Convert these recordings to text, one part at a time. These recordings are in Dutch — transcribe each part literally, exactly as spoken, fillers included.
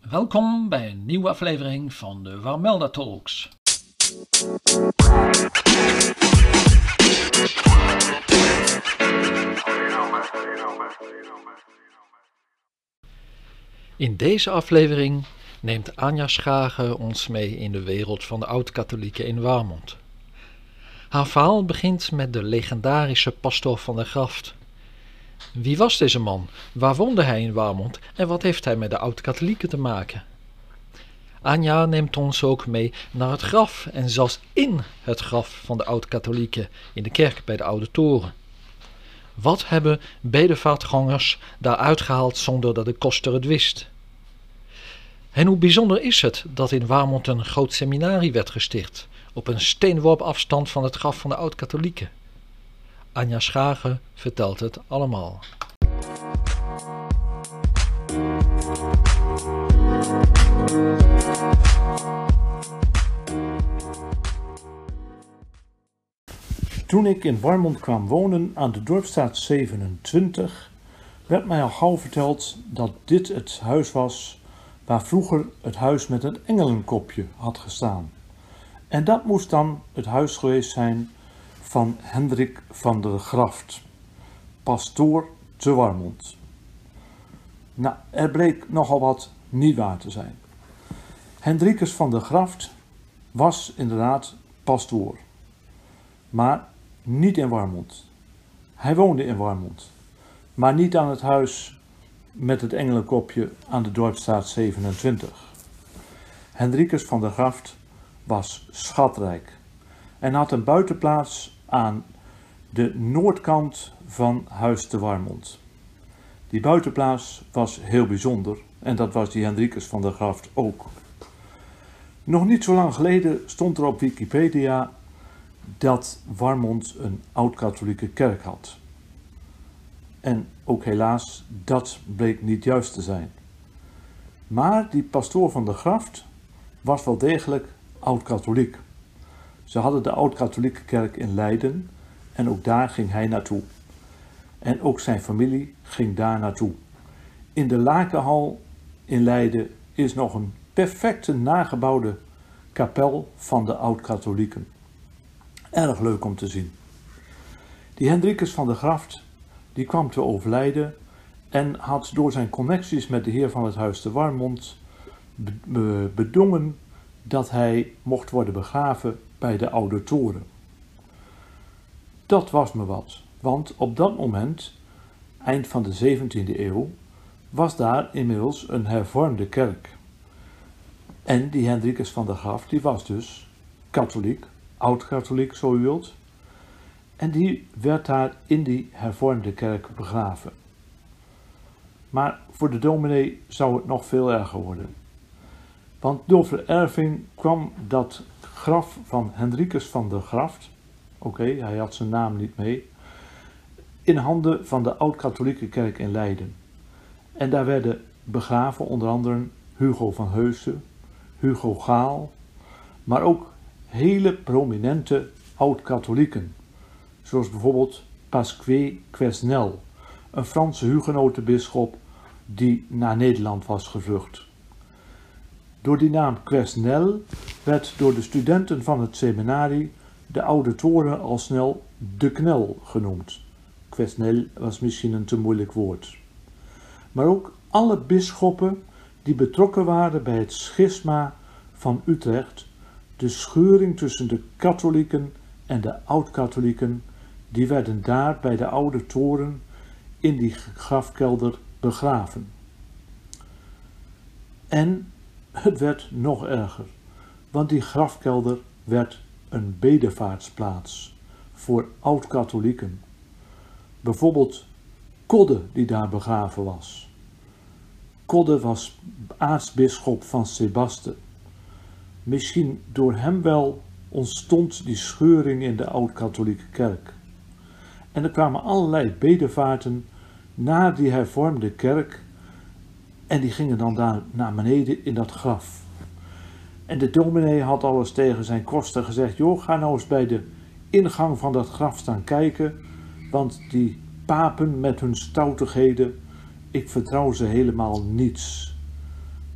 Welkom bij een nieuwe aflevering van de Warmelda Talks. In deze aflevering neemt Anja Schagen ons mee in de wereld van de oud-katholieken in Warmond. Haar verhaal begint met de legendarische pastoor van der Graft. Wie was deze man? Waar woonde hij in Warmond en wat heeft hij met de oud-katholieken te maken? Anja neemt ons ook mee naar het graf en zelfs in het graf van de oud-katholieken in de kerk bij de Oude Toren. Wat hebben bedevaartgangers daar uitgehaald zonder dat de koster het wist? En hoe bijzonder is het dat in Warmond een groot seminarie werd gesticht, op een steenworp afstand van het graf van de oud-katholieken? Anja Schagen vertelt het allemaal. Toen ik in Warmond kwam wonen aan de Dorpstraat zevenentwintig, werd mij al gauw verteld dat dit het huis was waar vroeger het huis met het engelenkopje had gestaan. En dat moest dan het huis geweest zijn van Hendrik van der Graft, pastoor te Warmond. Nou, er bleek nogal wat niet waar te zijn. Hendrikus van der Graft was inderdaad pastoor, maar niet in Warmond. Hij woonde in Warmond, maar niet aan het huis met het engelenkopje aan de Dorpstraat zevenentwintig. Hendrikus van der Graft was schatrijk en had een buitenplaats aan de noordkant van Huis te Warmond. Die buitenplaats was heel bijzonder en dat was die Hendrikus van der Graft ook. Nog niet zo lang geleden stond er op Wikipedia dat Warmond een oud-katholieke kerk had. En ook helaas, dat bleek niet juist te zijn. Maar die pastoor van der Graft was wel degelijk oud-katholiek. Ze hadden de oud-katholieke kerk in Leiden en ook daar ging hij naartoe. En ook zijn familie ging daar naartoe. In de Lakenhal in Leiden is nog een perfecte nagebouwde kapel van de oud-katholieken. Erg leuk om te zien. Die Hendrikus van der Graft die kwam te overlijden en had door zijn connecties met de heer van het Huis te Warmond bedongen dat hij mocht worden begraven bij de Oude Toren. Dat was me wat, want op dat moment, eind van de zeventiende eeuw, was daar inmiddels een hervormde kerk. En die Hendrikus van der Graft die was dus katholiek, oud-katholiek zo u wilt. En die werd daar in die hervormde kerk begraven. Maar voor de dominee zou het nog veel erger worden. Want door vererving kwam dat graf van Hendrikus van der Graft, oké, okay, hij had zijn naam niet mee, in handen van de oud-katholieke kerk in Leiden. En daar werden begraven onder andere Hugo van Heusden, Hugo Gaal, maar ook hele prominente oud-katholieken. Zoals bijvoorbeeld Pasquier Quesnel, een Franse hugenotenbisschop die naar Nederland was gevlucht. Door die naam Quesnel werd door de studenten van het seminarie de Oude Toren al snel de Knel genoemd. Quesnel was misschien een te moeilijk woord. Maar ook alle bisschoppen die betrokken waren bij het schisma van Utrecht, de scheuring tussen de katholieken en de oud-katholieken, die werden daar bij de Oude Toren in die grafkelder begraven. En het werd nog erger, want die grafkelder werd een bedevaartsplaats voor oud-katholieken. Bijvoorbeeld Kodde die daar begraven was. Kodde was aartsbisschop van Sebaste. Misschien door hem wel ontstond die scheuring in de oud-katholieke kerk. En er kwamen allerlei bedevaarten naar die hervormde kerk en die gingen dan daar naar beneden in dat graf. En de dominee had alles tegen zijn koster gezegd, joh, ga nou eens bij de ingang van dat graf staan kijken, want die papen met hun stoutigheden, ik vertrouw ze helemaal niets.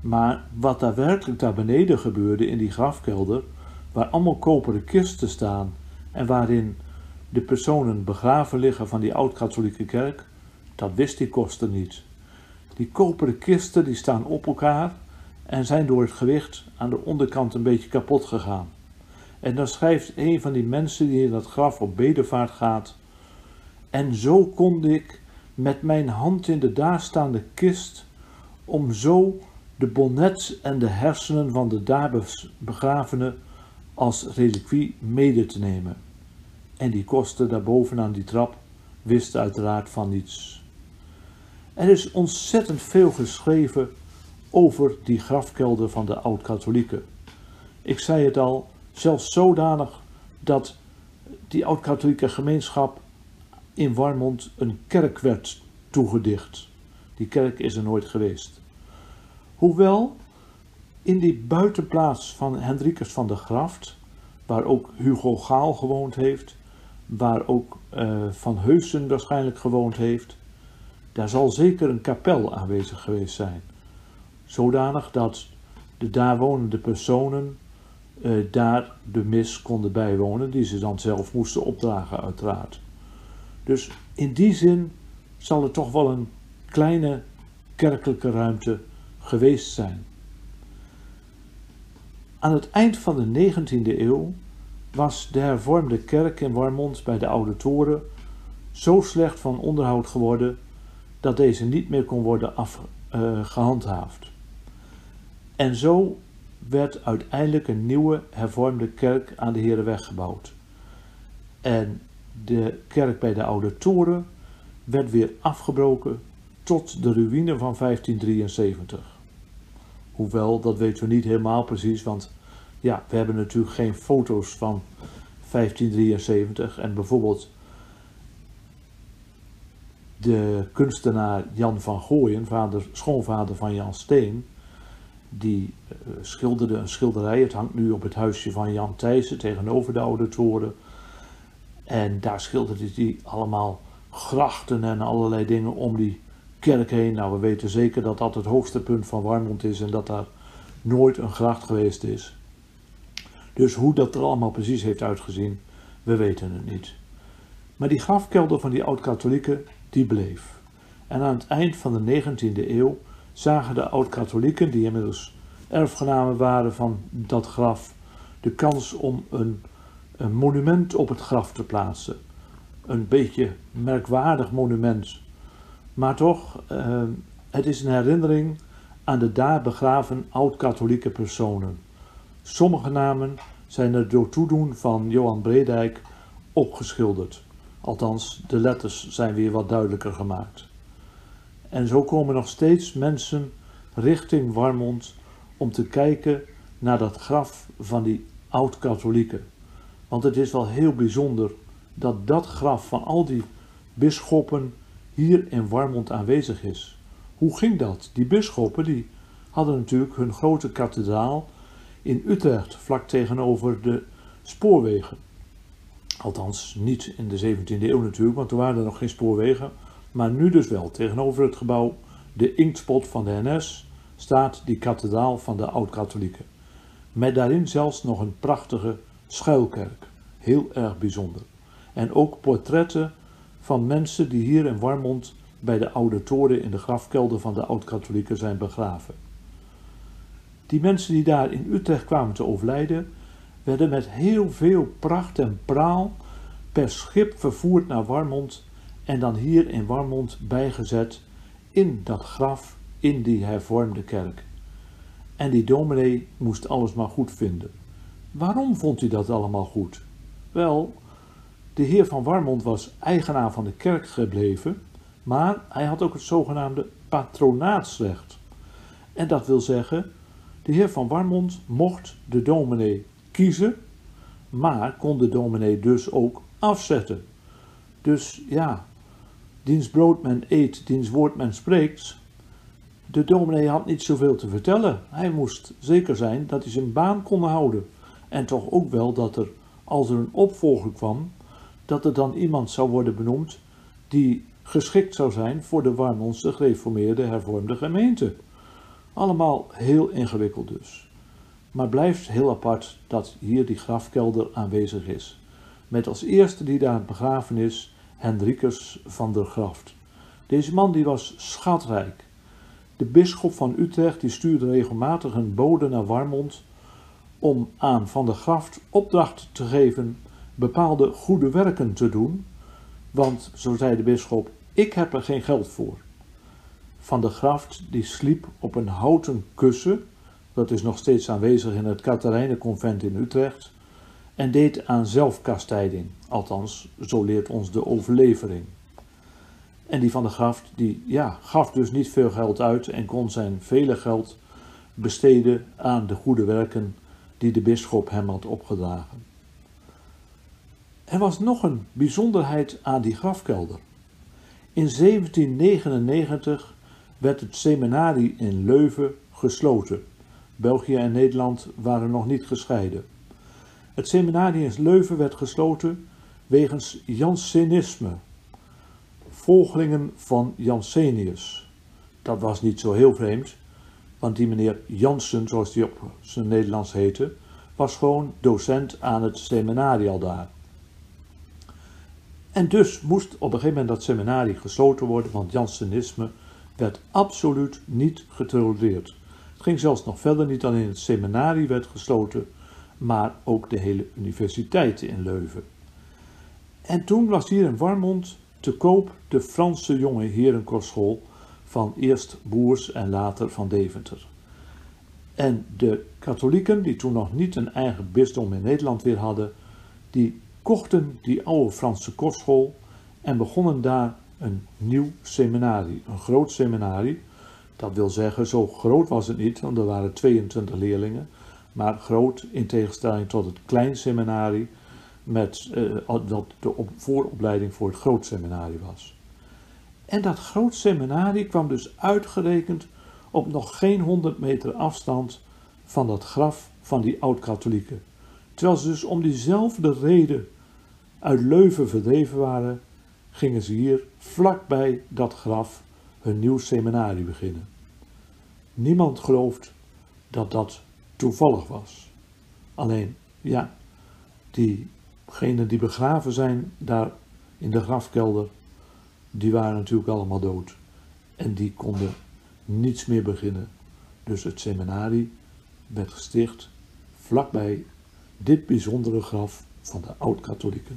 Maar wat daar werkelijk daar beneden gebeurde in die grafkelder, waar allemaal koperen kisten staan en waarin de personen begraven liggen van die oud-katholieke kerk, dat wist die koster niet. Die koperen kisten die staan op elkaar en zijn door het gewicht aan de onderkant een beetje kapot gegaan. En dan schrijft een van die mensen die in dat graf op bedevaart gaat: en zo kon ik met mijn hand in de daarstaande kist om zo de bonnet en de hersenen van de daar begravene als reliquie mede te nemen. En die koster daarboven aan die trap wist uiteraard van niets. Er is ontzettend veel geschreven over die grafkelder van de oud-katholieken. Ik zei het al, zelfs zodanig dat die oud-katholieke gemeenschap in Warmond een kerk werd toegedicht. Die kerk is er nooit geweest. Hoewel in die buitenplaats van Hendrikus van der Graft, waar ook Hugo Gaal gewoond heeft, waar ook uh, Van Heusen waarschijnlijk gewoond heeft, daar zal zeker een kapel aanwezig geweest zijn. Zodanig dat de daar wonende personen uh, daar de mis konden bijwonen, die ze dan zelf moesten opdragen uiteraard. Dus in die zin zal er toch wel een kleine kerkelijke ruimte geweest zijn. Aan het eind van de negentiende eeuw was de hervormde kerk in Warmond bij de Oude Toren zo slecht van onderhoud geworden dat deze niet meer kon worden afgehandhaafd. Uh, en zo werd uiteindelijk een nieuwe hervormde kerk aan de Herenweg gebouwd. En de kerk bij de Oude Toren werd weer afgebroken tot de ruïne van vijftien drieënzeventig. Hoewel, dat weten we niet helemaal precies, want ja, we hebben natuurlijk geen foto's van vijftien drieënzeventig. En bijvoorbeeld de kunstenaar Jan van Gooyen, vader, schoonvader van Jan Steen, die uh, schilderde een schilderij. Het hangt nu op het huisje van Jan Thijssen tegenover de Oude Toren. En daar schilderde hij allemaal grachten en allerlei dingen om die kerk heen. Nou, we weten zeker dat dat het hoogste punt van Warmond is en dat daar nooit een gracht geweest is. Dus hoe dat er allemaal precies heeft uitgezien, we weten het niet. Maar die grafkelder van die oud-katholieken, die bleef. En aan het eind van de negentiende eeuw zagen de oud-katholieken, die inmiddels erfgenamen waren van dat graf, de kans om een, een monument op het graf te plaatsen. Een beetje merkwaardig monument. Maar toch, uh, het is een herinnering aan de daar begraven oud-katholieke personen. Sommige namen zijn er door toedoen van Johan Bredijk opgeschilderd. Althans, de letters zijn weer wat duidelijker gemaakt. En zo komen nog steeds mensen richting Warmond om te kijken naar dat graf van die oud-katholieken. Want het is wel heel bijzonder dat dat graf van al die bisschoppen hier in Warmond aanwezig is. Hoe ging dat? Die bisschoppen die hadden natuurlijk hun grote kathedraal in Utrecht, vlak tegenover de spoorwegen. Althans, niet in de zeventiende eeuw natuurlijk, want toen waren er nog geen spoorwegen. Maar nu dus wel. Tegenover het gebouw, de inktspot van de N S, staat die kathedraal van de oud-katholieken. Met daarin zelfs nog een prachtige schuilkerk. Heel erg bijzonder. En ook portretten van mensen die hier in Warmond bij de Oude Toren in de grafkelder van de oud-katholieken zijn begraven. Die mensen die daar in Utrecht kwamen te overlijden, werden met heel veel pracht en praal per schip vervoerd naar Warmond en dan hier in Warmond bijgezet in dat graf, in die hervormde kerk. En die dominee moest alles maar goed vinden. Waarom vond hij dat allemaal goed? Wel, de heer van Warmond was eigenaar van de kerk gebleven, maar hij had ook het zogenaamde patronaatsrecht. En dat wil zeggen, de heer van Warmond mocht de dominee kiezen, maar kon de dominee dus ook afzetten. Dus ja, diens brood men eet, diens woord men spreekt. De dominee had niet zoveel te vertellen. Hij moest zeker zijn dat hij zijn baan kon houden. En toch ook wel dat er, als er een opvolger kwam, dat er dan iemand zou worden benoemd die geschikt zou zijn voor de Warmondse gereformeerde hervormde gemeente. Allemaal heel ingewikkeld dus. Maar blijft heel apart dat hier die grafkelder aanwezig is. Met als eerste die daar begraven is, Hendrikus van der Graft. Deze man die was schatrijk. De bisschop van Utrecht die stuurde regelmatig een bode naar Warmond om aan Van der Graft opdracht te geven bepaalde goede werken te doen, want, zo zei de bisschop, ik heb er geen geld voor. Van der Graft die sliep op een houten kussen, dat is nog steeds aanwezig in het Catharijnenconvent in Utrecht, en deed aan zelfkastijding, althans, zo leert ons de overlevering. En die Van der Graft, die ja, gaf dus niet veel geld uit en kon zijn vele geld besteden aan de goede werken die de bisschop hem had opgedragen. Er was nog een bijzonderheid aan die grafkelder. In zeventien negenennegentig werd het seminarie in Leuven gesloten. België en Nederland waren nog niet gescheiden. Het seminarie in Leuven werd gesloten wegens Jansenisme, volgelingen van Jansenius. Dat was niet zo heel vreemd, want die meneer Jansen, zoals die op zijn Nederlands heette, was gewoon docent aan het seminarie al daar. En dus moest op een gegeven moment dat seminarie gesloten worden, want Jansenisme werd absoluut niet getolereerd. Het ging zelfs nog verder, niet alleen het seminarie werd gesloten, maar ook de hele universiteit in Leuven. En toen was hier in Warmond te koop de Franse jonge herenkostschool van eerst Boers en later van Deventer. En de katholieken, die toen nog niet een eigen bisdom in Nederland weer hadden, die kochten die oude Franse kostschool en begonnen daar een nieuw seminarie, een groot seminarie. Dat wil zeggen, zo groot was het niet, want er waren tweeëntwintig leerlingen, maar groot in tegenstelling tot het klein seminarie, met, uh, dat de op, vooropleiding voor het groot seminarie was. En dat groot seminarie kwam dus uitgerekend op nog geen honderd meter afstand van dat graf van die oud-katholieken. Terwijl ze dus om diezelfde reden uit Leuven verdreven waren, gingen ze hier vlakbij dat graf hun nieuw seminarie beginnen. Niemand gelooft dat dat toevallig was. Alleen, ja, diegenen die begraven zijn daar in de grafkelder, die waren natuurlijk allemaal dood. En die konden niets meer beginnen. Dus het seminarie werd gesticht vlakbij dit bijzondere graf van de oud-katholieken.